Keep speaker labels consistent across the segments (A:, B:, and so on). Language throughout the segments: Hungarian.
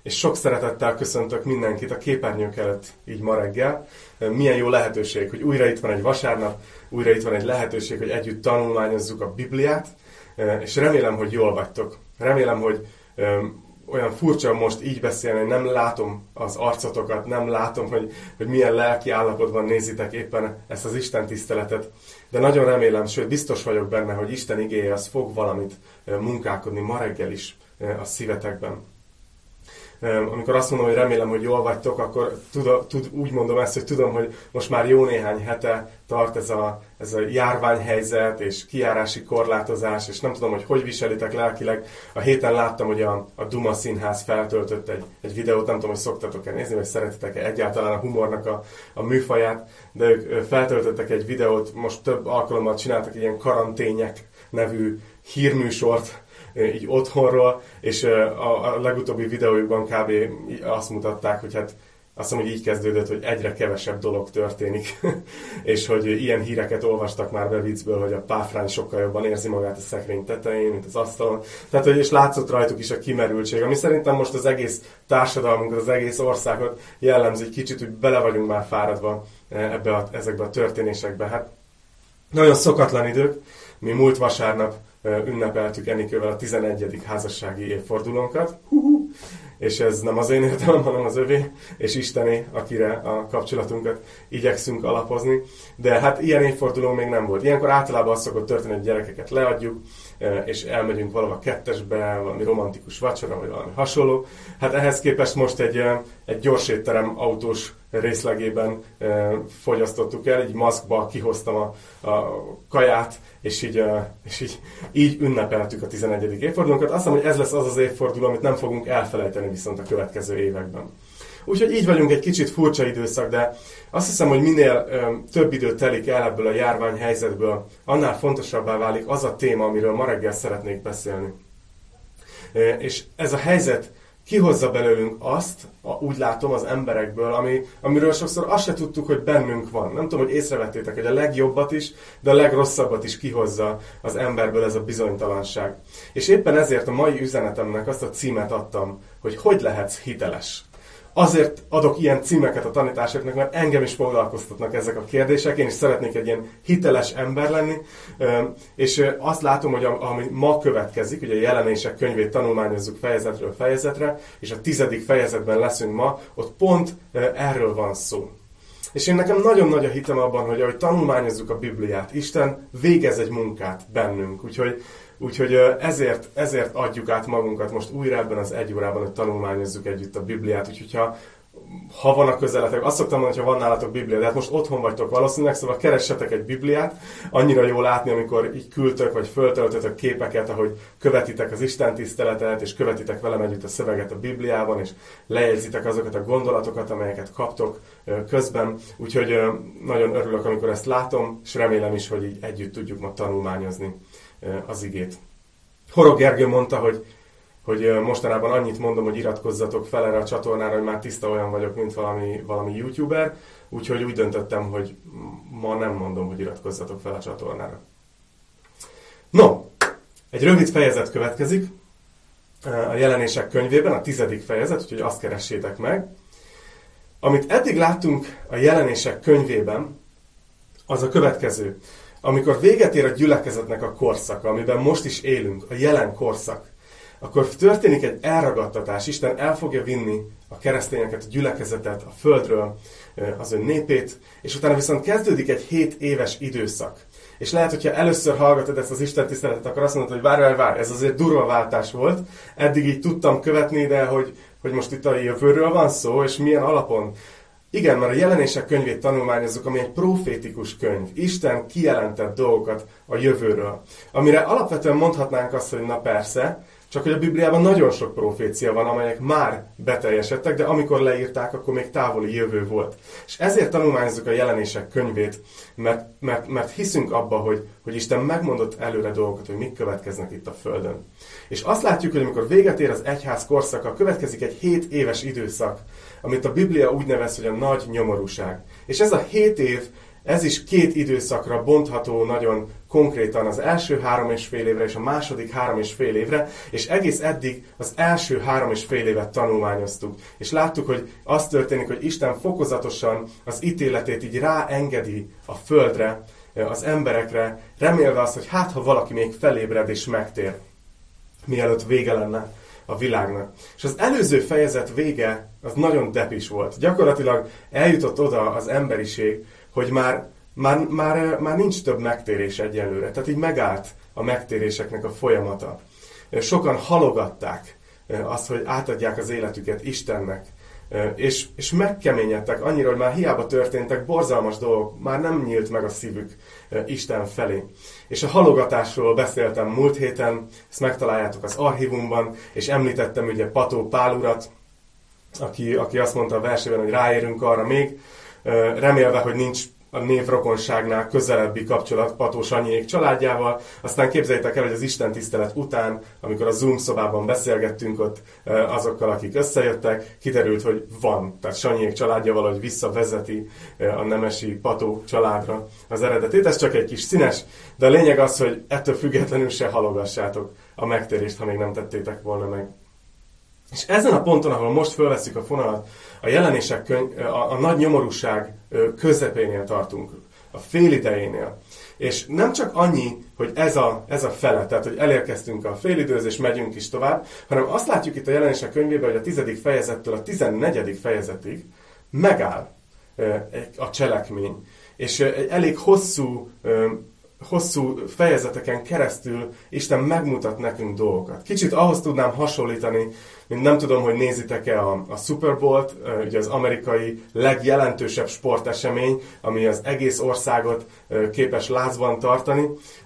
A: és sok szeretettel köszöntök mindenkit a képernyők előtt így ma reggel. Milyen jó lehetőség, hogy újra itt van egy vasárnap, újra itt van egy lehetőség, hogy együtt tanulmányozzuk a Bibliát, és remélem, hogy jól vagytok. Remélem, hogy olyan furcsa most így beszélni, hogy nem látom az arcotokat, nem látom, hogy milyen lelki állapotban nézitek éppen ezt az Isten tiszteletet, de nagyon remélem, sőt biztos vagyok benne, hogy Isten igéje az fog valamit munkálkodni ma reggel is a szívetekben. Amikor azt mondom, hogy remélem, hogy jól vagytok, akkor úgy mondom ezt, hogy tudom, hogy most már jó néhány hete tart ez a járványhelyzet és kijárási korlátozás, és nem tudom, hogy viselitek lelkileg. A héten láttam, hogy a Duma Színház feltöltött egy videót, nem tudom, hogy szoktatok-e nézni, vagy szeretitek-e egyáltalán a humornak a műfaját, de ők feltöltöttek egy videót, most több alkalommal csináltak egy ilyen Karanténjek nevű hírműsort, így otthonról, és a legutóbbi videójukban kb. Azt mutatták, hogy hát azt hiszem, hogy így kezdődött, hogy egyre kevesebb dolog történik, és hogy ilyen híreket olvastak már be viccből, hogy a páfrány sokkal jobban érzi magát a szekrény tetején, mint az asztalon. Tehát, hogy és látszott rajtuk is a kimerültség, ami szerintem most az egész társadalmunkat, az egész országot jellemzi egy kicsit, hogy bele vagyunk már fáradva ezekbe a történésekbe. Hát nagyon szokatlan idők, mi múlt vasárnap ünnepeltük Enikővel a 11. házassági évfordulónkat, és ez nem az én értelem, hanem az övé, és Istené, akire a kapcsolatunkat igyekszünk alapozni. De hát ilyen évforduló még nem volt. Ilyenkor általában az szokott történni, hogy gyerekeket leadjuk, és elmegyünk valahol kettesbe, valami romantikus vacsora, vagy valami hasonló. Hát ehhez képest most egy gyorsétterem autós részlegében fogyasztottuk el, így maszkba kihoztam a kaját, és így ünnepeltük a 11. évfordulónkat. Azt hiszem, hogy ez lesz az az évforduló, amit nem fogunk elfelejteni viszont a következő években. Úgyhogy így vagyunk, egy kicsit furcsa időszak, de azt hiszem, hogy minél több idő telik el ebből a járványhelyzetből, annál fontosabbá válik az a téma, amiről ma reggel szeretnék beszélni. És ez a helyzet kihozza belőlünk azt, úgy látom az emberekből, amiről sokszor azt se tudtuk, hogy bennünk van. Nem tudom, hogy észrevettétek, hogy a legjobbat is, de a legrosszabbat is kihozza az emberből ez a bizonytalanság. És éppen ezért a mai üzenetemnek azt a címet adtam, hogy lehetsz hiteles. Azért adok ilyen címeket a tanításoknak, mert engem is foglalkoztatnak ezek a kérdések, én is szeretnék egy ilyen hiteles ember lenni, és azt látom, hogy ami ma következik, ugye a Jelenések könyvét tanulmányozzuk fejezetről fejezetre, és a 10. fejezetben leszünk ma, ott pont erről van szó. És én nekem nagyon nagy a hitem abban, hogy ahogy tanulmányozzuk a Bibliát, Isten végez egy munkát bennünk, Úgyhogy ezért adjuk át magunkat most újra ebben az 1 órában, hogy tanulmányozzuk együtt a Bibliát. Úgyhogy ha van a közeletek, azt szoktam mondani, hogy ha van nálatok Biblia, de hát most otthon vagytok valószínűleg, szóval keressetek egy Bibliát. Annyira jó látni, amikor így küldtök, vagy föltöltötök képeket, ahogy követitek az Isten tiszteletet, és követitek velem együtt a szöveget a Bibliában, és lejegyzitek azokat a gondolatokat, amelyeket kaptok közben. Úgyhogy nagyon örülök, amikor ezt látom, és remélem is, hogy így együtt tudjuk ma tanulmányozni az igét. Horog Gergő mondta, hogy mostanában annyit mondom, hogy iratkozzatok fel erre a csatornára, hogy már tiszta olyan vagyok, mint valami youtuber, úgyhogy úgy döntöttem, hogy ma nem mondom, hogy iratkozzatok fel a csatornára. No, egy rövid fejezet következik a Jelenések könyvében, a 10. fejezet, úgyhogy azt keressétek meg. Amit eddig láttunk a Jelenések könyvében, az a következő. Amikor véget ér a gyülekezetnek a korszaka, amiben most is élünk, a jelen korszak, akkor történik egy elragadtatás. Isten el fogja vinni a keresztényeket, a gyülekezetet, a földről, az ő népét, és utána viszont kezdődik egy 7 éves időszak. És lehet, hogyha először hallgatod ezt az Isten tiszteletet, akkor azt mondod, hogy várj, ez azért durva váltás volt. Eddig így tudtam követni, de hogy most itt a jövőről van szó, és milyen alapon? Igen, mert a Jelenések könyvét tanulmányozzuk, ami egy profétikus könyv. Isten kijelentett dolgokat a jövőről. Amire alapvetően mondhatnánk azt, hogy na persze, csak hogy a Bibliában nagyon sok profécia van, amelyek már beteljesedtek, de amikor leírták, akkor még távoli jövő volt. És ezért tanulmányozzuk a Jelenések könyvét, mert hiszünk abba, hogy Isten megmondott előre dolgokat, hogy mik következnek itt a Földön. És azt látjuk, hogy amikor véget ér az egyház korszaka, következik egy 7 éves időszak, amit a Biblia úgy nevez, hogy a nagy nyomorúság. És ez a 7 év, ez is 2 időszakra bontható nagyon konkrétan, az első 3,5 évre és a második 3,5 évre, és egész eddig az első 3,5 évet tanulmányoztuk. És láttuk, hogy az történik, hogy Isten fokozatosan az ítéletét így ráengedi a földre, az emberekre, remélve azt, hogy hát ha valaki még felébred és megtér, mielőtt vége lenne a világnak. És az előző fejezet vége az nagyon depis volt. Gyakorlatilag eljutott oda az emberiség, hogy már nincs több megtérés egyelőre. Tehát így megállt a megtéréseknek a folyamata. Sokan halogatták azt, hogy átadják az életüket Istennek. És megkeményedtek annyira, hogy már hiába történtek borzalmas dolgok, már nem nyílt meg a szívük Isten felé. És a halogatásról beszéltem múlt héten, ezt megtaláljátok az archívumban, és említettem ugye Pató Pál urat, aki azt mondta a versében, hogy ráérünk arra még, remélve, hogy nincs a névrokonságnál közelebbi kapcsolat Pató Sanyiék családjával. Aztán képzeljétek el, hogy az Isten tisztelet után, amikor a Zoom szobában beszélgettünk ott azokkal, akik összejöttek, kiderült, hogy van. Tehát Sanyiék családja valahogy visszavezeti a nemesi Pató családra az eredetét. Ez csak egy kis színes, de a lényeg az, hogy ettől függetlenül se halogassátok a megtérést, ha még nem tettétek volna meg. És ezen a ponton, ahol most fölveszünk a fonalat, a jelenések a nagy nyomorúság közepénél tartunk, a félidejénél. És nem csak annyi, hogy ez a fele, tehát hogy elérkeztünk a félidőhöz és megyünk is tovább, hanem azt látjuk itt a jelenések könyvében, hogy a 10. fejezettől a 14. fejezetig megáll a cselekmény. És egy elég hosszú fejezeteken keresztül Isten megmutat nekünk dolgokat. Kicsit ahhoz tudnám hasonlítani, mint nem tudom, hogy nézitek-e a Super Bowl-t, ugye az amerikai legjelentősebb sportesemény, ami az egész országot képes lázban tartani,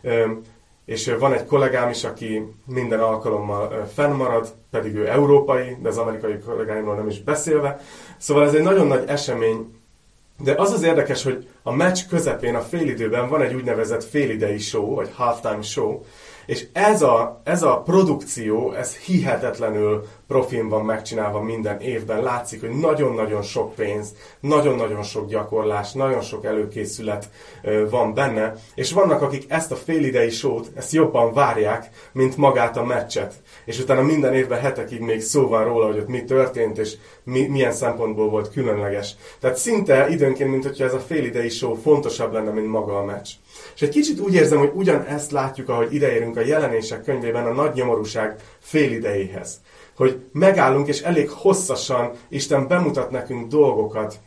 A: és van egy kollégám is, aki minden alkalommal fennmarad, pedig ő európai, de az amerikai kollégáimról nem is beszélve. Szóval ez egy nagyon nagy esemény. De az az érdekes, hogy a meccs közepén, a félidőben van egy úgynevezett félidei show, vagy halftime show, és ez a produkció, ez hihetetlenül profin van megcsinálva minden évben. Látszik, hogy nagyon-nagyon sok pénz, nagyon-nagyon sok gyakorlás, nagyon sok előkészület van benne, és vannak, akik ezt a félidei show-t, ezt jobban várják, mint magát a meccset. És utána minden évben hetekig még szó van róla, hogy ott mi történt, és milyen szempontból volt különleges. Tehát szinte időnként, mint hogyha ez a félidei show fontosabb lenne, mint maga a meccs. És egy kicsit úgy érzem, hogy ugyanezt látjuk, ahogy ideérünk a jelenések könyvében a nagy nyomorúság félidejéhez. Hogy megállunk, és elég hosszasan Isten bemutat nekünk dolgokat,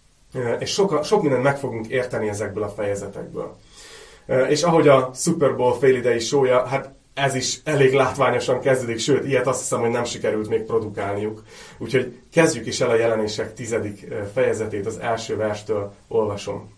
A: és sok mindent meg fogunk érteni ezekből a fejezetekből. És ahogy a Super Bowl félidei show-ja, hát ez is elég látványosan kezdődik, sőt, ilyet azt hiszem, hogy nem sikerült még produkálniuk. Úgyhogy kezdjük is el a jelenések 10. fejezetét, az első verstől olvasom.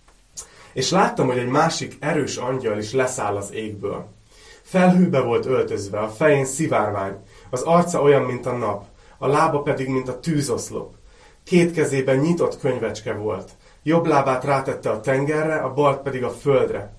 A: És láttam, hogy egy másik erős angyal is leszáll az égből. Felhőbe volt öltözve, a fején szivárvány, az arca olyan, mint a nap, a lába pedig, mint a tűzoszlop. 2 kezében nyitott könyvecske volt, jobb lábát rátette a tengerre, a balt pedig a földre.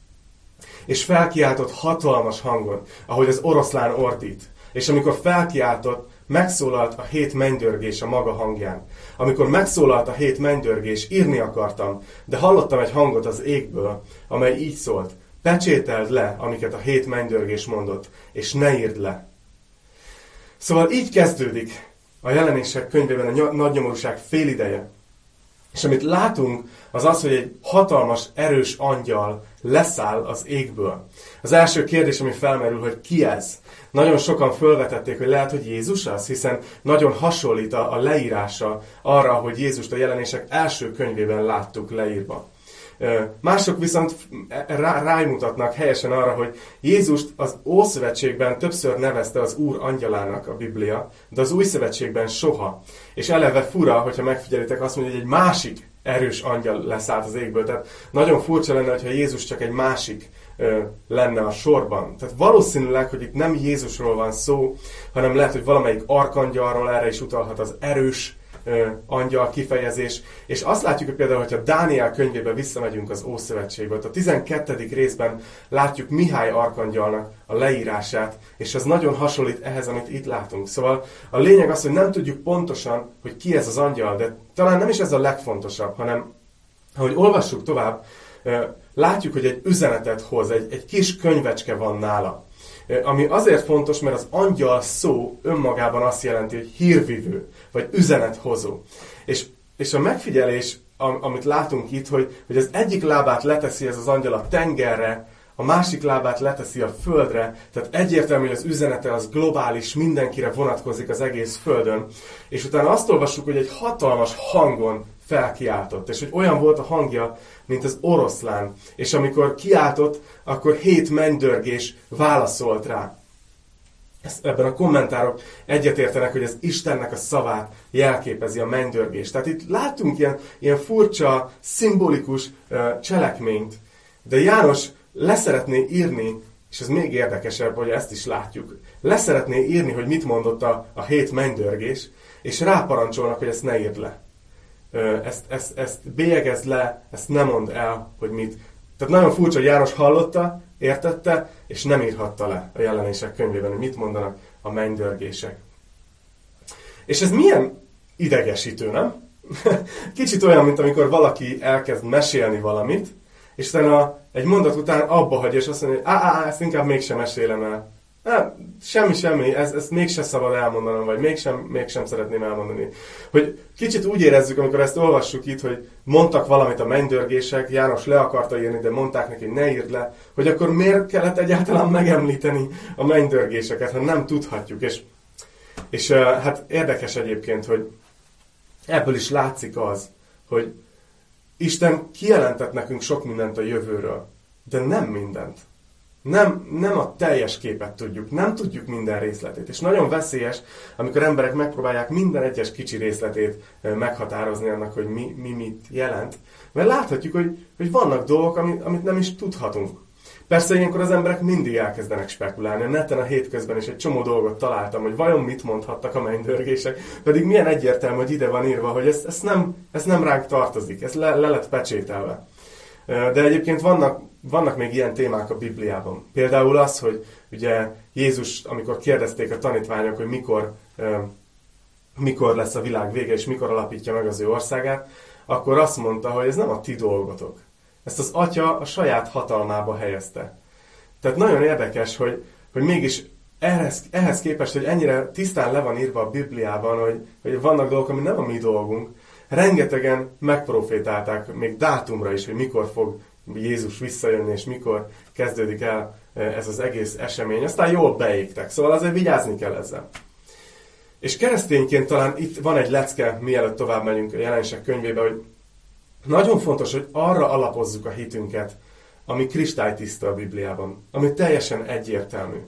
A: És felkiáltott hatalmas hangon, ahogy az oroszlán ordít. És amikor felkiáltott, megszólalt a 7 mennydörgés a maga hangján. Amikor megszólalt a 7 mennydörgés, írni akartam, de hallottam egy hangot az égből, amely így szólt: pecsételd le, amiket a 7 mennydörgés mondott, és ne írd le. Szóval így kezdődik a jelenések könyvében a nagy nyomorúság félideje. És amit látunk, az az, hogy egy hatalmas, erős angyal leszáll az égből. Az első kérdés, ami felmerül, hogy ki ez? Nagyon sokan felvetették, hogy lehet, hogy Jézus az, hiszen nagyon hasonlít a leírása arra, hogy Jézust a jelenések első könyvében láttuk leírva. Mások viszont rámutatnak helyesen arra, hogy Jézust az Ószövetségben többször nevezte az Úr angyalának a Biblia, de az Új Szövetségben soha. És eleve fura, hogyha megfigyelitek, azt mondja, hogy egy másik erős angyal leszállt az égből. Tehát nagyon furcsa lenne, hogyha Jézus csak egy másik lenne a sorban. Tehát valószínűleg, hogy itt nem Jézusról van szó, hanem lehet, hogy valamelyik arkangyalról, erre is utalhat az erős angyal kifejezés. És azt látjuk, hogy például, hogyha Dániel könyvébe visszamegyünk az Ószövetségből, a 12. részben látjuk Mihály arkangyalnak a leírását, és ez nagyon hasonlít ehhez, amit itt látunk. Szóval a lényeg az, hogy nem tudjuk pontosan, hogy ki ez az angyal, de talán nem is ez a legfontosabb, hanem Ahogy olvassuk tovább, látjuk, hogy egy üzenetet hoz, egy kis könyvecske van nála. Ami azért fontos, mert az angyal szó önmagában azt jelenti, hogy hírvivő, vagy üzenethozó. És a megfigyelés, amit látunk itt, hogy az egyik lábát leteszi ez az angyal a tengerre, a másik lábát leteszi a földre, tehát egyértelmű, hogy az üzenete az globális, mindenkire vonatkozik az egész földön. És utána azt olvassuk, hogy egy hatalmas hangon felkiáltott, és hogy olyan volt a hangja, mint az oroszlán. És amikor kiáltott, akkor 7 mennydörgés válaszolt rá. Ebben a kommentárok egyetértenek, hogy az Istennek a szavát jelképezi a mennydörgés. Tehát itt látunk ilyen furcsa, szimbolikus cselekményt, de János leszeretné írni, és ez még érdekesebb, hogy ezt is látjuk, leszeretné írni, hogy mit mondott a 7 mennydörgés, és ráparancsolnak, hogy ezt ne írd le. Ezt bélyegezd le, ezt ne mondd el, hogy mit. Tehát nagyon furcsa, hogy János hallotta, értette, és nem írhatta le a Jelenések könyvében, hogy mit mondanak a mennydörgések. És ez milyen idegesítő, nem? Kicsit olyan, mint amikor valaki elkezd mesélni valamit, és utána egy mondat után abba hagyja, és azt mondja, hogy ezt inkább mégsem mesélem el. Semmi, ezt mégse szabad elmondanom, vagy mégsem szeretném elmondani. Hogy kicsit úgy érezzük, amikor ezt olvassuk itt, hogy mondtak valamit a mennydörgések, János le akarta írni, de mondták neki, hogy ne írd le, hogy akkor miért kellett egyáltalán megemlíteni a mennydörgéseket, ha nem tudhatjuk. És hát érdekes egyébként, hogy ebből is látszik az, hogy Isten kijelentett nekünk sok mindent a jövőről, de nem mindent. Nem a teljes képet tudjuk, nem tudjuk minden részletét. És nagyon veszélyes, amikor emberek megpróbálják minden egyes kicsi részletét meghatározni annak, hogy mi mit jelent. Mert láthatjuk, hogy vannak dolgok, amit nem is tudhatunk. Persze ilyenkor az emberek mindig elkezdenek spekulálni. A neten a hétközben is egy csomó dolgot találtam, hogy vajon mit mondhattak a mennydörgések. Pedig milyen egyértelmű, hogy ide van írva, hogy ez nem ránk tartozik, ez le lett pecsételve. De egyébként vannak még ilyen témák a Bibliában. Például az, hogy ugye Jézus, amikor kérdezték a tanítványok, hogy mikor lesz a világ vége, és mikor alapítja meg az ő országát, akkor azt mondta, hogy ez nem a ti dolgotok. Ezt az Atya a saját hatalmába helyezte. Tehát nagyon érdekes, hogy mégis ehhez képest, hogy ennyire tisztán le van írva a Bibliában, hogy vannak dolgok, ami nem a mi dolgunk, rengetegen megprofétálták még dátumra is, hogy mikor fog Jézus visszajönni, és mikor kezdődik el ez az egész esemény. Aztán jól beégtek, szóval azért vigyázni kell ezzel. És keresztényként talán itt van egy lecke, mielőtt tovább megyünk a Jelenések könyvébe, hogy nagyon fontos, hogy arra alapozzuk a hitünket, ami kristálytiszta a Bibliában, ami teljesen egyértelmű.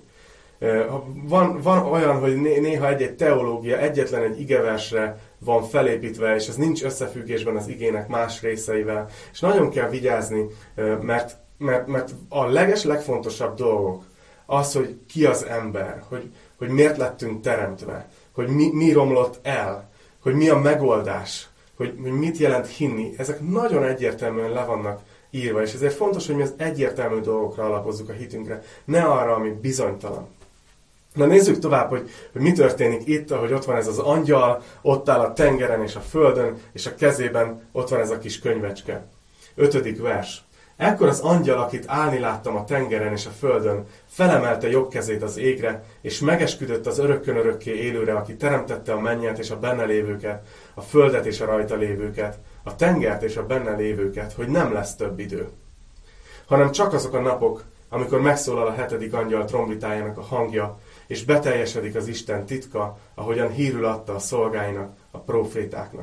A: Van olyan, hogy néha egy teológia egyetlen egy igeversre van felépítve, és ez nincs összefüggésben az igének más részeivel. És nagyon kell vigyázni, mert a legfontosabb dolgok az, hogy ki az ember, hogy miért lettünk teremtve, hogy mi romlott el, hogy mi a megoldás, hogy mit jelent hinni. Ezek nagyon egyértelműen le vannak írva, és ezért fontos, hogy mi az egyértelmű dolgokra alapozzuk a hitünkre, ne arra, ami bizonytalan. Na nézzük tovább, hogy mi történik itt, ahogy ott van ez az angyal, ott áll a tengeren és a földön, és a kezében ott van ez a kis könyvecske. 5. vers. Ekkor az angyal, akit állni láttam a tengeren és a földön, felemelte jobb kezét az égre, és megesküdött az örökkön örökké élőre, aki teremtette a mennyet és a benne lévőket, a földet és a rajta lévőket, a tengert és a benne lévőket, hogy nem lesz több idő, hanem csak azok a napok, amikor megszólal a 7. angyal trombitájának a hangja, és beteljesedik az Isten titka, ahogyan hírül adta a szolgáinak, a prófétáknak.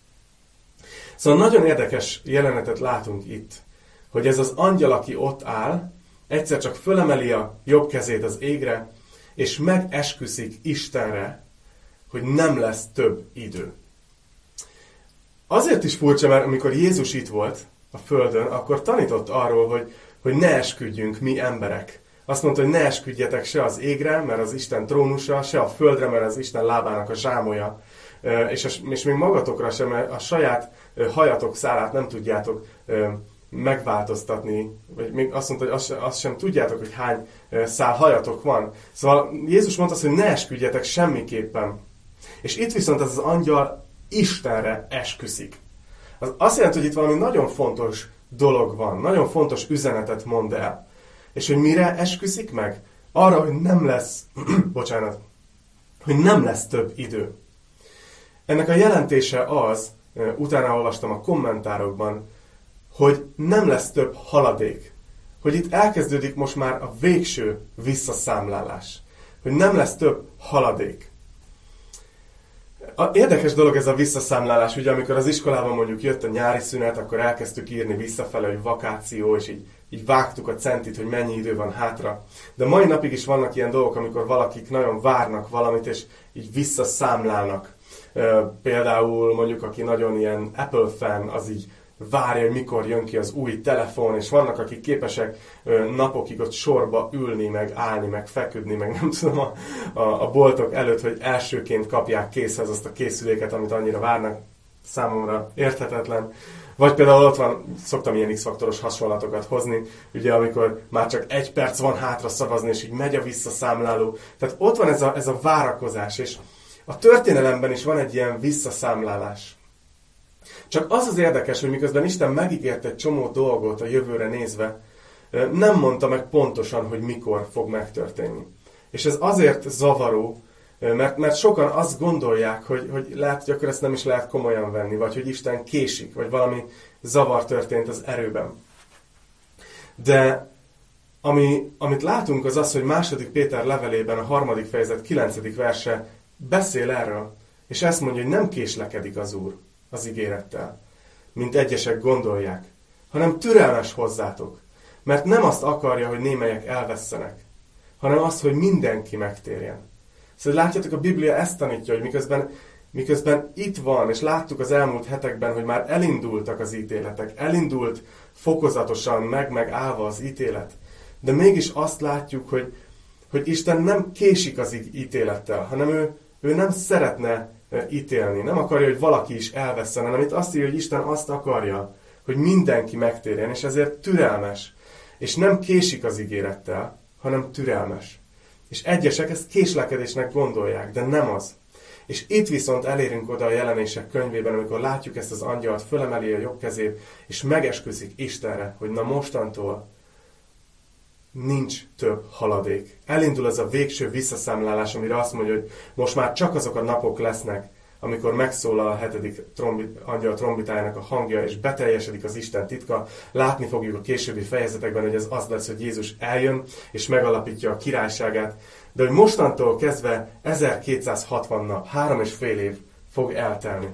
A: Szóval nagyon érdekes jelenetet látunk itt, hogy ez az angyal, aki ott áll, egyszer csak fölemeli a jobb kezét az égre, és megesküszik Istenre, hogy nem lesz több idő. Azért is furcsa, mert amikor Jézus itt volt a földön, akkor tanított arról, hogy ne esküdjünk mi emberek. Azt mondta, hogy ne esküdjetek se az égre, mert az Isten trónusa, se a földre, mert az Isten lábának a zsámolya, és még magatokra sem, mert a saját hajatok szálát nem tudjátok megváltoztatni, vagy még azt mondta, hogy azt sem tudjátok, hogy hány szál hajatok van. Szóval Jézus mondta azt, hogy ne esküdjetek semmiképpen. És itt viszont ez az angyal Istenre esküszik. Az azt jelenti, hogy itt valami nagyon fontos dolog van, nagyon fontos üzenetet mond el. És hogy mire esküszik meg? Arra, hogy nem lesz, hogy nem lesz több idő. Ennek a jelentése az, utána olvastam a kommentárokban, hogy nem lesz több haladék. Hogy itt elkezdődik most már a végső visszaszámlálás. Hogy nem lesz több haladék. Érdekes dolog ez a visszaszámlálás, ugye amikor az iskolában mondjuk jött a nyári szünet, akkor elkezdtük írni visszafele, hogy vakáció, és így vágtuk a centit, hogy mennyi idő van hátra. De mai napig is vannak ilyen dolgok, amikor valakik nagyon várnak valamit, és így visszaszámlálnak. Például mondjuk, aki nagyon ilyen Apple fan, az így várja, hogy mikor jön ki az új telefon, és vannak, akik képesek napokig ott sorba ülni, meg állni, meg feküdni, meg nem tudom, a boltok előtt, hogy elsőként kapják készhez azt a készüléket, amit annyira várnak, számomra érthetetlen. Vagy például ott van, szoktam ilyen X-faktoros hasonlatokat hozni, ugye amikor már csak 1 perc van hátra szavazni, és így megy a visszaszámláló. Tehát ott van ez a várakozás, és a történelemben is van egy ilyen visszaszámlálás. Csak az az érdekes, hogy miközben Isten megígért egy csomó dolgot a jövőre nézve, nem mondta meg pontosan, hogy mikor fog megtörténni. És ez azért zavaró, mert sokan azt gondolják, hogy lehet, hogy akkor ezt nem is lehet komolyan venni, vagy hogy Isten késik, vagy valami zavar történt az erőben. De amit látunk az az, hogy 2. Péter levelében a 3. fejezet 9. verse beszél erről, és ezt mondja, hogy nem késlekedik az Úr az ígérettel, mint egyesek gondolják, hanem türelmes hozzátok, mert nem azt akarja, hogy némelyek elvesszenek, hanem azt, hogy mindenki megtérjen. Szóval látjátok, a Biblia ezt tanítja, hogy miközben itt van, és láttuk az elmúlt hetekben, hogy már elindultak az ítéletek, elindult fokozatosan, megállva az ítélet, de mégis azt látjuk, hogy Isten nem késik az ítélettel, hanem ő nem szeretne ítélni, nem akarja, hogy valaki is elvesszen, hanem itt azt írja, hogy Isten azt akarja, hogy mindenki megtérjen, és ezért türelmes, és nem késik az ígérettel, hanem türelmes. És egyesek ezt késlekedésnek gondolják, de nem az. És itt viszont elérünk oda a Jelenések könyvében, amikor látjuk ezt az angyalt, fölemeli a jobb kezét, és megesküszik Istenre, hogy na mostantól nincs több haladék. Elindul ez a végső visszaszámlálás, amire azt mondja, hogy most már csak azok a napok lesznek, amikor megszólal a 7. angyal trombitájának a hangja, és beteljesedik az Isten titka. Látni fogjuk a későbbi fejezetekben, hogy ez az lesz, hogy Jézus eljön, és megalapítja a királyságát. De hogy mostantól kezdve 1260 nap, 3,5 év fog eltelni.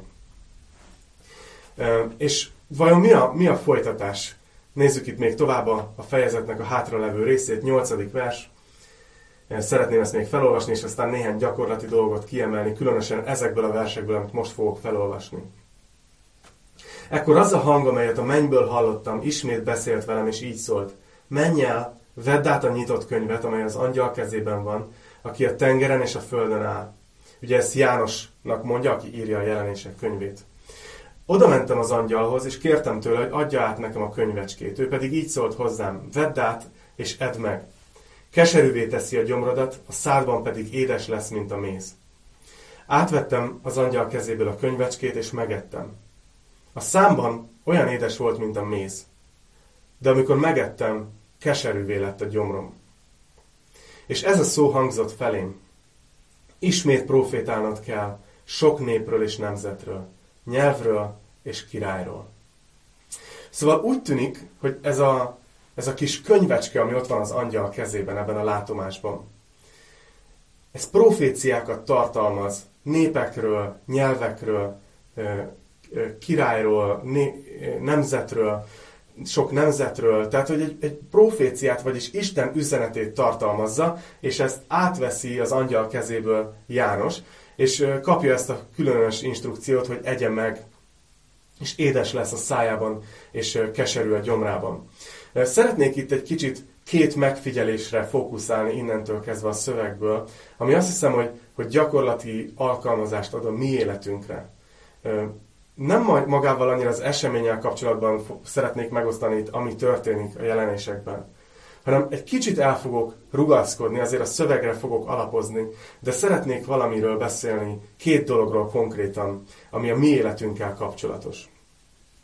A: És vajon mi a folytatás? Nézzük itt még tovább a fejezetnek a hátralevő részét, 8. vers. Szeretném ezt még felolvasni, és aztán néhány gyakorlati dolgot kiemelni, különösen ezekből a versekből, amit most fogok felolvasni. Ekkor az a hang, amelyet a mennyből hallottam, ismét beszélt velem, és így szólt: menj el, vedd át a nyitott könyvet, amely az angyal kezében van, aki a tengeren és a földön áll. Ugye ezt Jánosnak mondja, aki írja a Jelenések könyvét. Oda mentem az angyalhoz, és kértem tőle, hogy adja át nekem a könyvecskét. Ő pedig így szólt hozzám: vedd át, és edd meg. Keserűvé teszi a gyomrodat, a szádban pedig édes lesz, mint a méz. Átvettem az angyal kezéből a könyvecskét, és megettem. A számban olyan édes volt, mint a méz. De amikor megettem, keserűvé lett a gyomrom. És ez a szó hangzott felém: ismét profétálnod kell sok népről és nemzetről, nyelvről és királyról. Szóval úgy tűnik, hogy ez a kis könyvecske, ami ott van az angyal kezében ebben a látomásban, ez proféciákat tartalmaz népekről, nyelvekről, királyról, nemzetről, sok nemzetről, tehát hogy egy proféciát, vagyis Isten üzenetét tartalmazza, és ezt átveszi az angyal kezéből János, és kapja ezt a különös instrukciót, hogy egye meg, és édes lesz a szájában, és keserű a gyomrában. Szeretnék itt egy kicsit 2 megfigyelésre fókuszálni innentől kezdve a szövegből, ami azt hiszem, hogy gyakorlati alkalmazást ad a mi életünkre. Nem magával annyira az eseménnyel kapcsolatban szeretnék megosztani itt, ami történik a jelenésekben, hanem egy kicsit el fogok rugaszkodni, azért a szövegre fogok alapozni, de szeretnék valamiről beszélni, 2 dologról konkrétan, ami a mi életünkkel kapcsolatos.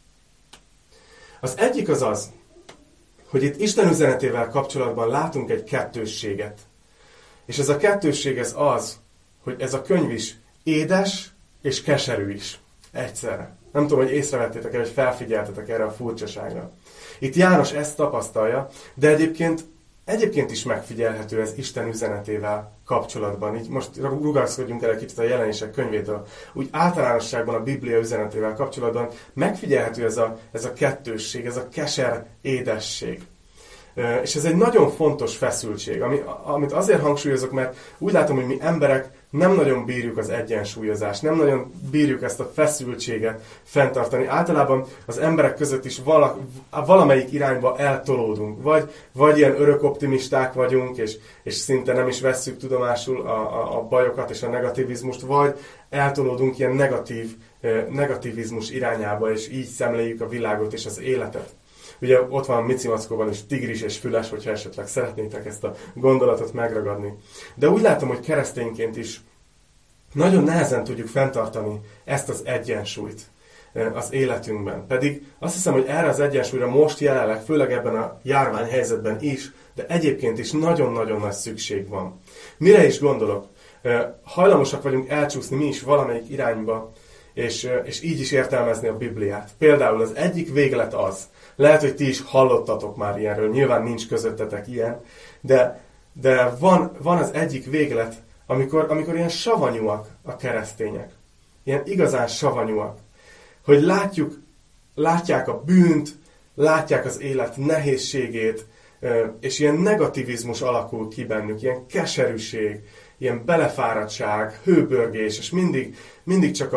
A: Az egyik az, hogy itt Isten üzenetével kapcsolatban látunk egy kettősséget. És ez a kettősség az, hogy ez a könyv is édes és keserű is egyszerre. Nem tudom, hogy észrevettétek-e, vagy felfigyeltetek erre a furcsaságra. Itt János ezt tapasztalja, de egyébként is megfigyelhető ez Isten üzenetével kapcsolatban. Így most rugaszkodjunk el egy kicsit a Jelenések könyvétől. Úgy általánosságban a Biblia üzenetével kapcsolatban megfigyelhető ez a kettősség, ez a keser-édesség. És ez egy nagyon fontos feszültség, amit azért hangsúlyozok, mert úgy látom, hogy mi emberek nem nagyon bírjuk az egyensúlyozást, nem nagyon bírjuk ezt a feszültséget fenntartani. Általában az emberek között is valamelyik irányba eltolódunk, vagy ilyen örök optimisták vagyunk, és szinte nem is vesszük tudomásul a bajokat és a negativizmust, vagy eltolódunk ilyen negativizmus irányába, és így szemléljük a világot és az életet. Ugye ott van Mici Mackóban is tigris és füles, hogyha esetleg szeretnétek ezt a gondolatot megragadni. De úgy látom, hogy keresztényként is nagyon nehezen tudjuk fenntartani ezt az egyensúlyt az életünkben. Pedig azt hiszem, hogy erre az egyensúlyra most jelenleg, főleg ebben a járványhelyzetben is, de egyébként is nagyon-nagyon nagy szükség van. Mire is gondolok? Hajlamosak vagyunk elcsúszni mi is valamelyik irányba, és így is értelmezni a Bibliát. Például az egyik véglet az, lehet, hogy ti is hallottatok már ilyenről, nyilván nincs közöttetek ilyen, de van az egyik véglet, amikor ilyen savanyúak a keresztények. Ilyen igazán savanyúak. Hogy látják a bűnt, látják az élet nehézségét, és ilyen negativizmus alakul ki bennük, ilyen keserűség, ilyen belefáradtság, hőbörgés, és mindig csak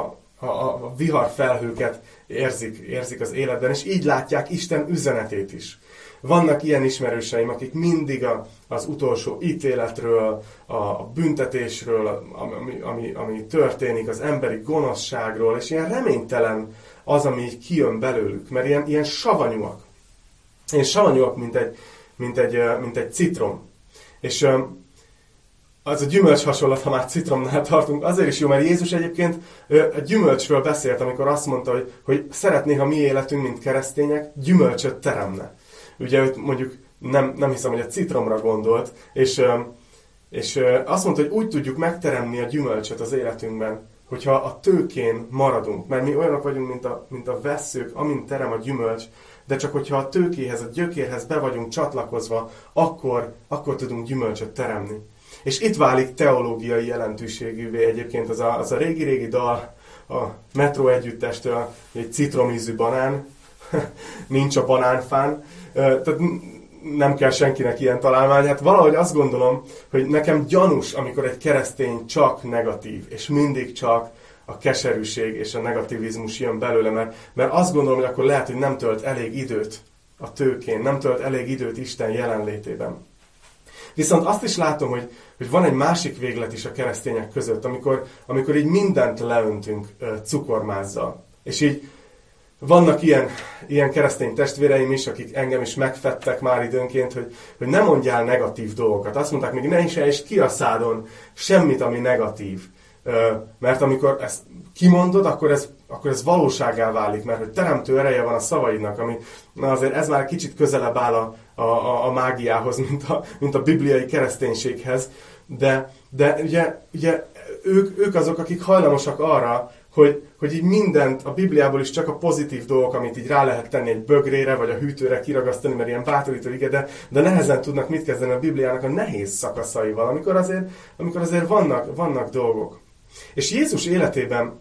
A: a viharfelhőket érzik az életben, és így látják Isten üzenetét is. Vannak ilyen ismerőseim, akik mindig az utolsó ítéletről, a büntetésről, ami történik, az emberi gonoszságról, és ilyen reménytelen az, ami így kijön belőlük, mert ilyen savanyúak. Ilyen savanyúak, mint egy citrom. És az a gyümölcs hasonlat, ha már citromnál tartunk, azért is jó, mert Jézus egyébként a gyümölcsről beszélt, amikor azt mondta, hogy szeretné, ha mi életünk, mint keresztények, gyümölcsöt teremne. Ugye mondjuk nem hiszem, hogy a citromra gondolt, és azt mondta, hogy úgy tudjuk megteremni a gyümölcsöt az életünkben, hogyha a tőkén maradunk. Mert mi olyanok vagyunk, mint a vesszők, amint terem a gyümölcs, de csak hogyha a tőkéhez, a gyökérhez be vagyunk csatlakozva, akkor tudunk gyümölcsöt teremni. És itt válik teológiai jelentőségűvé egyébként az a régi-régi dal a Metro együttestől, egy citromízű banán, nincs a banánfán, tehát nem kell senkinek ilyen találmány. Hát valahogy azt gondolom, hogy nekem gyanús, amikor egy keresztény csak negatív, és mindig csak a keserűség és a negativizmus jön belőle, mert azt gondolom, hogy akkor lehet, hogy nem tölt elég időt a tőkén, nem tölt elég időt Isten jelenlétében. Viszont azt is látom, hogy van egy másik véglet is a keresztények között, amikor így mindent leöntünk cukormázzal. És így vannak ilyen keresztény testvéreim is, akik engem is megfettek már időnként, hogy ne mondjál negatív dolgokat. Azt mondták, még ne is ejtsd ki a szádon semmit, ami negatív. Mert amikor ezt kimondod, akkor ez valóságá válik, mert hogy teremtő ereje van a szavaidnak, ami azért ez már kicsit közelebb áll a mágiához, mint a bibliai kereszténységhez, de ugye ők azok, akik hajlamosak arra, hogy így mindent, a Bibliából is csak a pozitív dolgok, amit így rá lehet tenni egy bögrére, vagy a hűtőre kiragasztani, mert ilyen bátorító ige, de nehezen tudnak mit kezdeni a Bibliának a nehéz szakaszaival, amikor azért vannak dolgok. És Jézus életében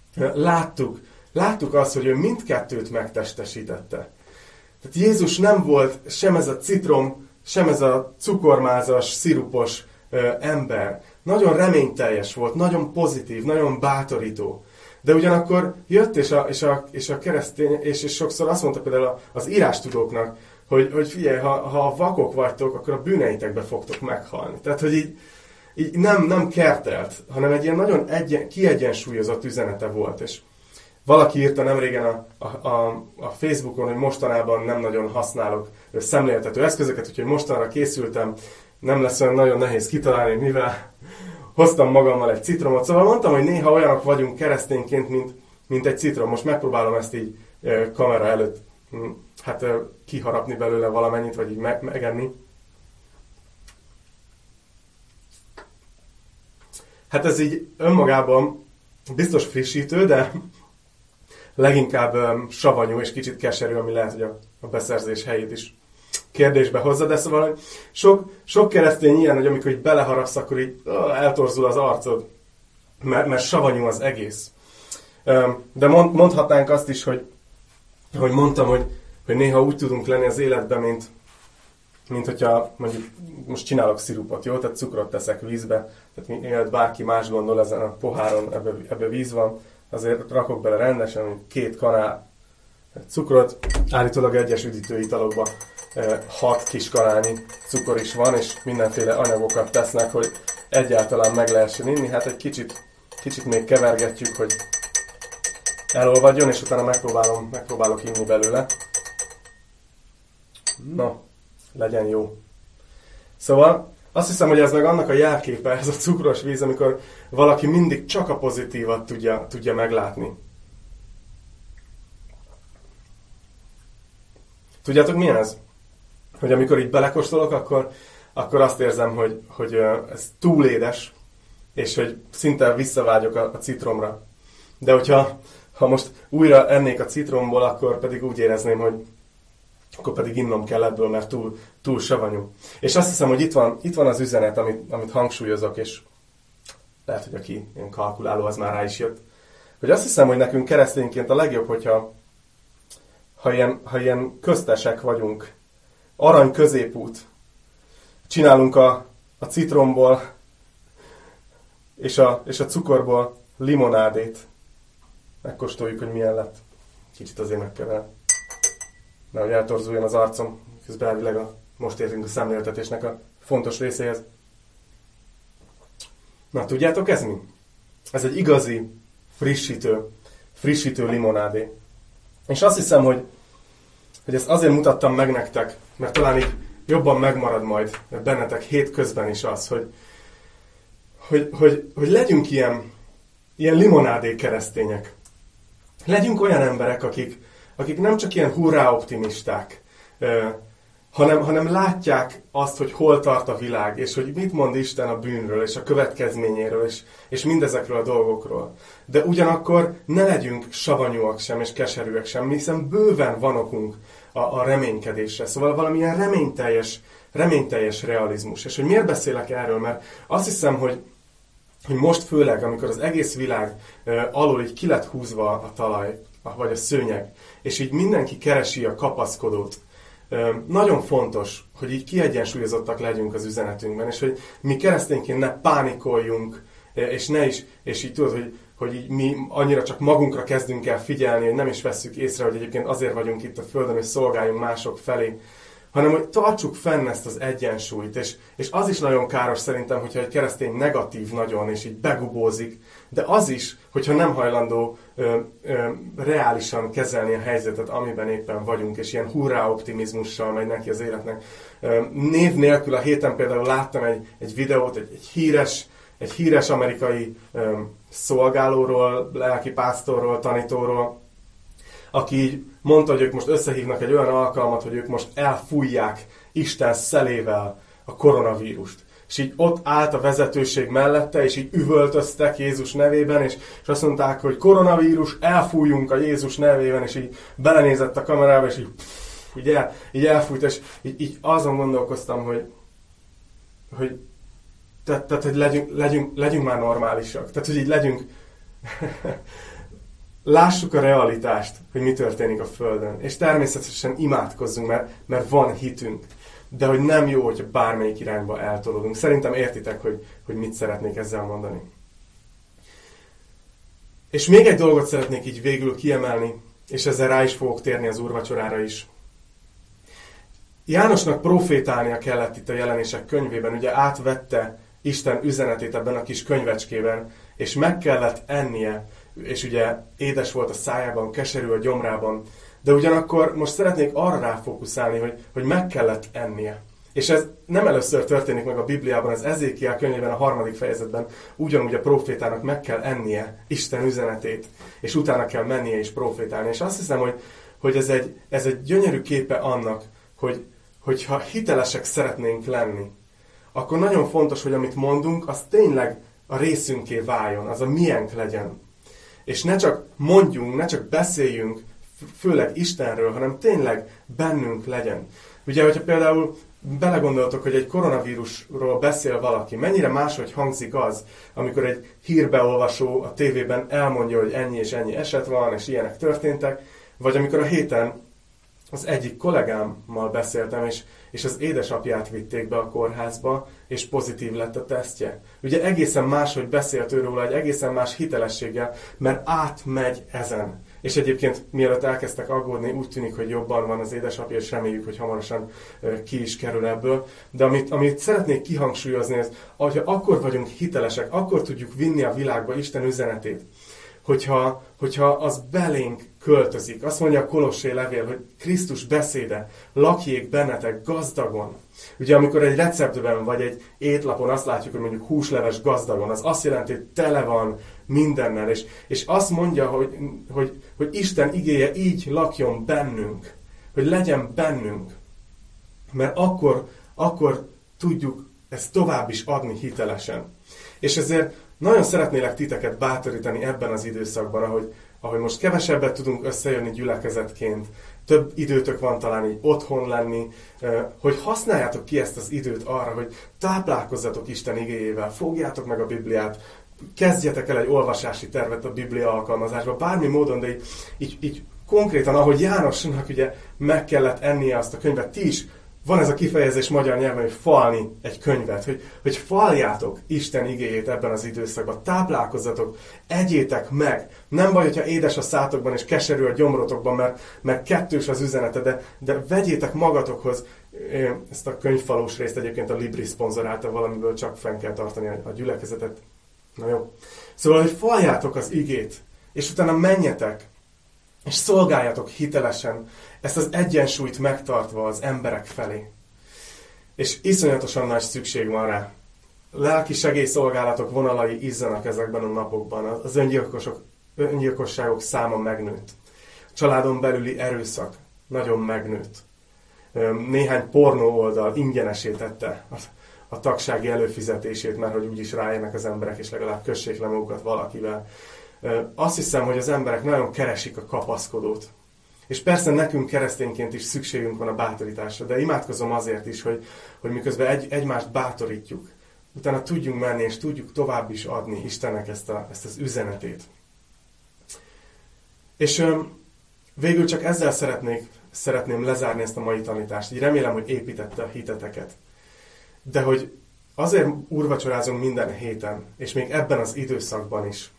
A: láttuk azt, hogy ő mindkettőt megtestesítette. Tehát Jézus nem volt sem ez a citrom, sem ez a cukormázas, szirupos ember. Nagyon reményteljes volt, nagyon pozitív, nagyon bátorító. De ugyanakkor jött, és a keresztény, és sokszor azt mondta például az írástudóknak, hogy figyelj, ha vakok vagytok, akkor a bűneitekbe fogtok meghalni. Tehát, hogy így nem kertelt, hanem egy ilyen nagyon kiegyensúlyozott üzenete volt. És valaki írta nemrégen a Facebookon, hogy mostanában nem nagyon használok szemléltető eszközöket, úgyhogy mostanra készültem, nem lesz olyan nagyon nehéz kitalálni, mivel hoztam magammal egy citromot. Szóval mondtam, hogy néha olyanok vagyunk keresztényként, mint egy citrom. Most megpróbálom ezt így kamera előtt hát kiharapni belőle valamennyit, vagy így megenni. Hát ez így önmagában biztos frissítő, de leginkább savanyú és kicsit keserű, ami lehet, hogy a beszerzés helyét is kérdésbe hozza, de szóval sok keresztény ilyen, hogy amikor így beleharapsz, akkor így eltorzul az arcod, mert savanyú az egész. De mondhatnánk azt is, hogy mondtam, hogy néha úgy tudunk lenni az életben, mint hogyha mondjuk most csinálok szirupot, jó? Tehát cukrot teszek vízbe, tehát mielőtt bárki más gondol ezen a poháron, ebbe víz van, azért rakok bele rendesen 2 kanál cukrot, állítólag egyes üdítőitalokban 6 kis kanálnyi cukor is van, és mindenféle anyagokat tesznek, hogy egyáltalán meg lehessen inni. Hát egy kicsit még kevergetjük, hogy elolvadjon, és utána megpróbálok inni belőle. Na, legyen jó. Szóval azt hiszem, hogy ez meg annak a jelképe, ez a cukros víz, amikor valaki mindig csak a pozitívat tudja meglátni. Tudjátok, milyen ez? Hogy amikor így belekóstolok, akkor azt érzem, hogy ez túl édes, és hogy szinte visszavágyok a citromra. De hogyha most újra ennék a citromból, akkor pedig úgy érezném, hogy akkor pedig innom kell ebből, mert túl savanyú. És azt hiszem, hogy itt van az üzenet, amit hangsúlyozok, és lehet, hogy aki ilyen kalkuláló, az már rá is jött. Hogy azt hiszem, hogy nekünk keresztényként a legjobb, hogyha ilyen köztesek vagyunk, arany középút, csinálunk a citromból és a cukorból limonádét. Megkóstoljuk, hogy milyen lett. Kicsit azért megkeverem. Nehogy eltorzuljon az arcom, közben elvileg most értünk a szemléltetésnek a fontos részéhez. Na, tudjátok ez mi? Ez egy igazi, frissítő limonádé. És azt hiszem, hogy ezt azért mutattam meg nektek, mert talán így jobban megmarad majd bennetek hétközben is az, hogy legyünk ilyen limonádé keresztények. Legyünk olyan emberek, akik nem csak ilyen hurrá optimisták, hanem látják azt, hogy hol tart a világ, és hogy mit mond Isten a bűnről, és a következményéről, és mindezekről a dolgokról. De ugyanakkor ne legyünk savanyúak sem, és keserűek sem, hiszen bőven van okunk a reménykedésre. Szóval valamilyen reményteljes realizmus. És hogy miért beszélek erről? Mert azt hiszem, hogy most főleg, amikor az egész világ alól így ki lett húzva a talaj, vagy a szőnyeg, és így mindenki keresi a kapaszkodót, nagyon fontos, hogy így kiegyensúlyozottak legyünk az üzenetünkben, és hogy mi keresztényként ne pánikoljunk, és így tudod, hogy így mi annyira csak magunkra kezdünk el figyelni, hogy nem is vesszük észre, hogy egyébként azért vagyunk itt a Földön, hogy szolgáljunk mások felé, hanem hogy tartsuk fenn ezt az egyensúlyt, és az is nagyon káros szerintem, hogyha egy keresztény negatív nagyon, és így begubózik, de az is, hogyha nem hajlandó reálisan kezelni a helyzetet, amiben éppen vagyunk, és ilyen hurrá optimizmussal megy neki az életnek. Név nélkül a héten például láttam egy videót, egy híres amerikai szolgálóról, lelkipásztorról, tanítóról, aki így mondta, hogy ők most összehívnak egy olyan alkalmat, hogy ők most elfújják Isten szelével a koronavírust. És így ott állt a vezetőség mellette, és így üvöltöztek Jézus nevében, és azt mondták, hogy koronavírus, elfújjunk a Jézus nevében, és így belenézett a kamerába, és így elfújt, és így azon gondolkoztam, hogy legyünk már normálisak. Tehát, hogy így legyünk... Lássuk a realitást, hogy mi történik a Földön. És természetesen imádkozzunk, mert van hitünk. De hogy nem jó, hogyha bármelyik irányba eltolódunk. Szerintem értitek, hogy mit szeretnék ezzel mondani. És még egy dolgot szeretnék így végül kiemelni, és ezzel rá is fogok térni az úrvacsorára is. Jánosnak profétálnia kellett itt a Jelenések könyvében, ugye átvette Isten üzenetét ebben a kis könyvecskében, és meg kellett ennie, és ugye édes volt a szájában, keserű a gyomrában, de ugyanakkor most szeretnék arra ráfókuszálni, hogy meg kellett ennie. És ez nem először történik meg a Bibliában, az Ezékiel könyvében, a 3. fejezetben ugyanúgy a profétának meg kell ennie Isten üzenetét, és utána kell mennie és profétálni. És azt hiszem, hogy ez egy gyönyörű képe annak, hogyha hitelesek szeretnénk lenni, akkor nagyon fontos, hogy amit mondunk, az tényleg a részünké váljon, az a miénk legyen. És ne csak mondjunk, ne csak beszéljünk, főleg Istenről, hanem tényleg bennünk legyen. Ugye, hogyha például belegondoltok, hogy egy koronavírusról beszél valaki, mennyire máshogy hangzik az, amikor egy hírbeolvasó a tévében elmondja, hogy ennyi és ennyi eset van, és ilyenek történtek, vagy amikor a héten az egyik kollégámmal beszéltem, és az édesapját vitték be a kórházba, és pozitív lett a tesztje. Ugye egészen máshogy beszélt ő róla, egy egészen más hitelességgel, mert átmegy ezen. És egyébként mielőtt elkezdtek aggódni, úgy tűnik, hogy jobban van az édesapja, és reméljük, hogy hamarosan ki is kerül ebből. De amit szeretnék kihangsúlyozni, ez, hogyha akkor vagyunk hitelesek, akkor tudjuk vinni a világba Isten üzenetét, hogyha az belénk költözik. Azt mondja a Kolossé levél, hogy Krisztus beszéde lakjék bennetek gazdagon. Ugye amikor egy receptben vagy egy étlapon azt látjuk, hogy mondjuk húsleves gazdagon, az azt jelenti, hogy tele van mindennel. És azt mondja, hogy Isten igéje így lakjon bennünk, hogy legyen bennünk. Mert akkor tudjuk ezt tovább is adni hitelesen. És ezért nagyon szeretnélek titeket bátorítani ebben az időszakban, ahogy most kevesebbet tudunk összejönni gyülekezetként, több időtök van talán így otthon lenni, hogy használjátok ki ezt az időt arra, hogy táplálkozzatok Isten igéjével, fogjátok meg a Bibliát, kezdjetek el egy olvasási tervet a Biblia alkalmazásba, bármi módon, de így konkrétan, ahogy Jánosnak ugye meg kellett ennie azt a könyvet, ti is, van ez a kifejezés magyar nyelven, hogy falni egy könyvet, hogy faljátok Isten igéjét ebben az időszakban, táplálkozzatok, egyétek meg. Nem baj, hogyha édes a szátokban és keserű a gyomrotokban, mert kettős az üzenete, de vegyétek magatokhoz, ezt a könyvfalós részt egyébként a Libri szponzorálta, valamiből csak fenn kell tartani a gyülekezetet. Na jó. Szóval, hogy faljátok az igét, és utána menjetek, és szolgáljatok hitelesen, ezt az egyensúlyt megtartva az emberek felé. És iszonyatosan nagy szükség van rá. Lelki segélyszolgálatok vonalai izzanak ezekben a napokban. Az öngyilkosságok száma megnőtt. A családon belüli erőszak nagyon megnőtt. Néhány pornó oldal ingyenesé tette a tagsági előfizetését, mert hogy úgyis ráérnek az emberek, és legalább kössék le magukat valakivel. Azt hiszem, hogy az emberek nagyon keresik a kapaszkodót. És persze nekünk keresztényként is szükségünk van a bátorításra, de imádkozom azért is, hogy miközben egymást bátorítjuk, utána tudjunk menni, és tudjuk tovább is adni Istennek ezt az üzenetét. És végül csak ezzel szeretném lezárni ezt a mai tanítást. Így remélem, hogy építette a hiteteket. De hogy azért úrvacsorázunk minden héten, és még ebben az időszakban is,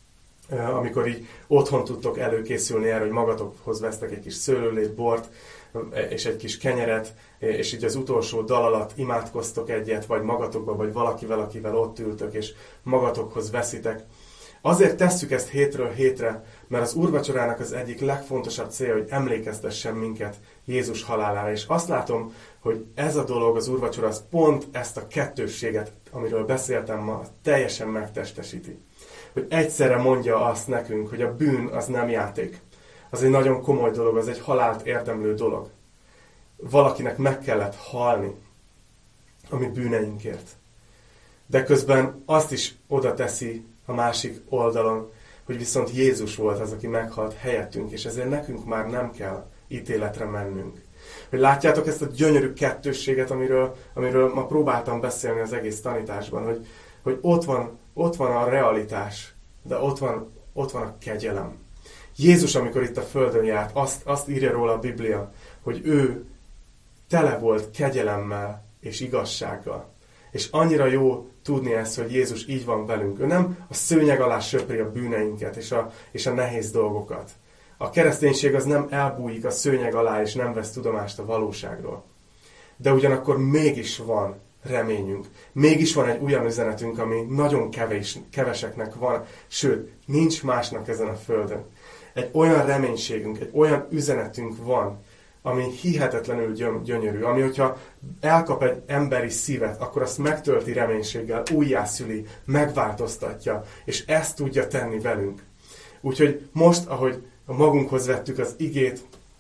A: amikor így otthon tudtok előkészülni erre, hogy magatokhoz vesztek egy kis szőlőlét, bort, és egy kis kenyeret, és így az utolsó dal alatt imádkoztok egyet, vagy magatokba, vagy valakivel, akivel ott ültök, és magatokhoz veszitek. Azért tesszük ezt hétről hétre, mert az úrvacsorának az egyik legfontosabb célja, hogy emlékeztessen minket Jézus halálára. És azt látom, hogy ez a dolog, az úrvacsora, az pont ezt a kettősséget, amiről beszéltem ma, teljesen megtestesíti. Hogy egyszerre mondja azt nekünk, hogy a bűn az nem játék. Az egy nagyon komoly dolog, az egy halált érdemlő dolog. Valakinek meg kellett halni a mi bűneinkért. De közben azt is oda teszi a másik oldalon, hogy viszont Jézus volt az, aki meghalt helyettünk, és ezért nekünk már nem kell ítéletre mennünk. Hogy látjátok ezt a gyönyörű kettősséget, amiről ma próbáltam beszélni az egész tanításban, hogy ott van a realitás, de ott van a kegyelem. Jézus, amikor itt a földön járt, azt írja róla a Biblia, hogy ő tele volt kegyelemmel és igazsággal. És annyira jó tudni ezt, hogy Jézus így van velünk. Ő nem a szőnyeg alá söpri a bűneinket és a nehéz dolgokat. A kereszténység az nem elbújik a szőnyeg alá, és nem vesz tudomást a valóságról. De ugyanakkor mégis van reményünk. Mégis van egy olyan üzenetünk, ami nagyon keveseknek van, sőt, nincs másnak ezen a földön. Egy olyan reménységünk, egy olyan üzenetünk van, ami hihetetlenül gyönyörű, ami, hogyha elkap egy emberi szívet, akkor azt megtölti reménységgel, újjászüli, megváltoztatja, és ezt tudja tenni velünk. Úgyhogy most, ahogy magunkhoz vettük az igét,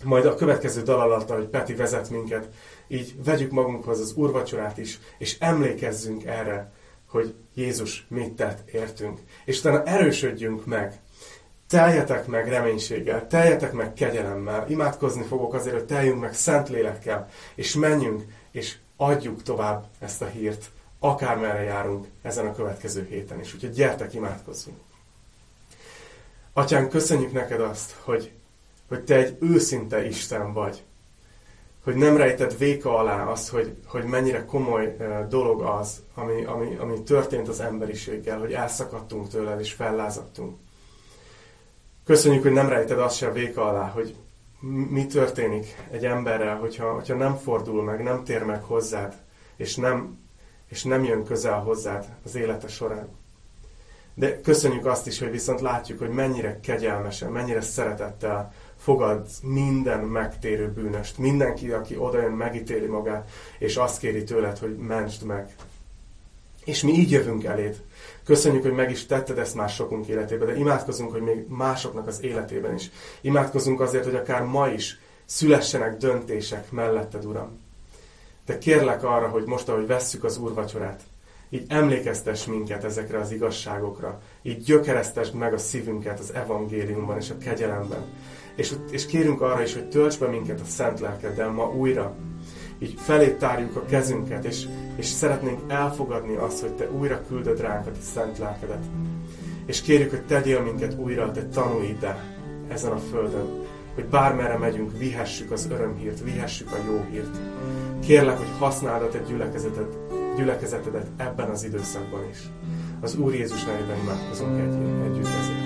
A: majd a következő dal alatt, ahogy Peti vezet minket, így vegyük magunkhoz az úrvacsorát is, és emlékezzünk erre, hogy Jézus mit tett értünk. És utána erősödjünk meg, teljetek meg reménységgel, teljetek meg kegyelemmel, imádkozni fogok azért, hogy teljünk meg Szentlélekkel, és menjünk, és adjuk tovább ezt a hírt, akármerre járunk ezen a következő héten is. Úgyhogy gyertek, imádkozzunk. Atyánk, köszönjük neked azt, hogy te egy őszinte Isten vagy. Hogy nem rejted véka alá azt, hogy mennyire komoly dolog az, ami történt az emberiséggel, hogy elszakadtunk tőled és fellázadtunk. Köszönjük, hogy nem rejted azt se véka alá, hogy mi történik egy emberrel, hogyha nem fordul meg, nem tér meg hozzád, és nem jön közel hozzád az élete során. De köszönjük azt is, hogy viszont látjuk, hogy mennyire kegyelmesen, mennyire szeretettel fogad minden megtérő bűnöst. Mindenki, aki odajön, megítéli magát, és azt kéri tőled, hogy mentsd meg. És mi így jövünk eléd. Köszönjük, hogy meg is tetted ezt már sokunk életében, de imádkozunk, hogy még másoknak az életében is. Imádkozunk azért, hogy akár ma is szülessenek döntések melletted, Uram. De kérlek arra, hogy most, ahogy vesszük az úrvacsorát, így emlékeztess minket ezekre az igazságokra, így gyökeresztesd meg a szívünket az evangéliumban és a kegyelemben. És kérünk arra is, hogy tölts be minket a szent lelkeddel ma újra. Így felét tárjuk a kezünket, és szeretnénk elfogadni azt, hogy te újra küldöd ránk a te szent lelkedet. És kérjük, hogy tegyél minket újra a te tanúiddá ezen a földön, hogy bármerre megyünk, vihessük az örömhírt, vihessük a jó hírt. Kérlek, hogy használd a te gyülekezetedet ebben az időszakban is. Az Úr Jézus nevében imádkozunk együtt ezért.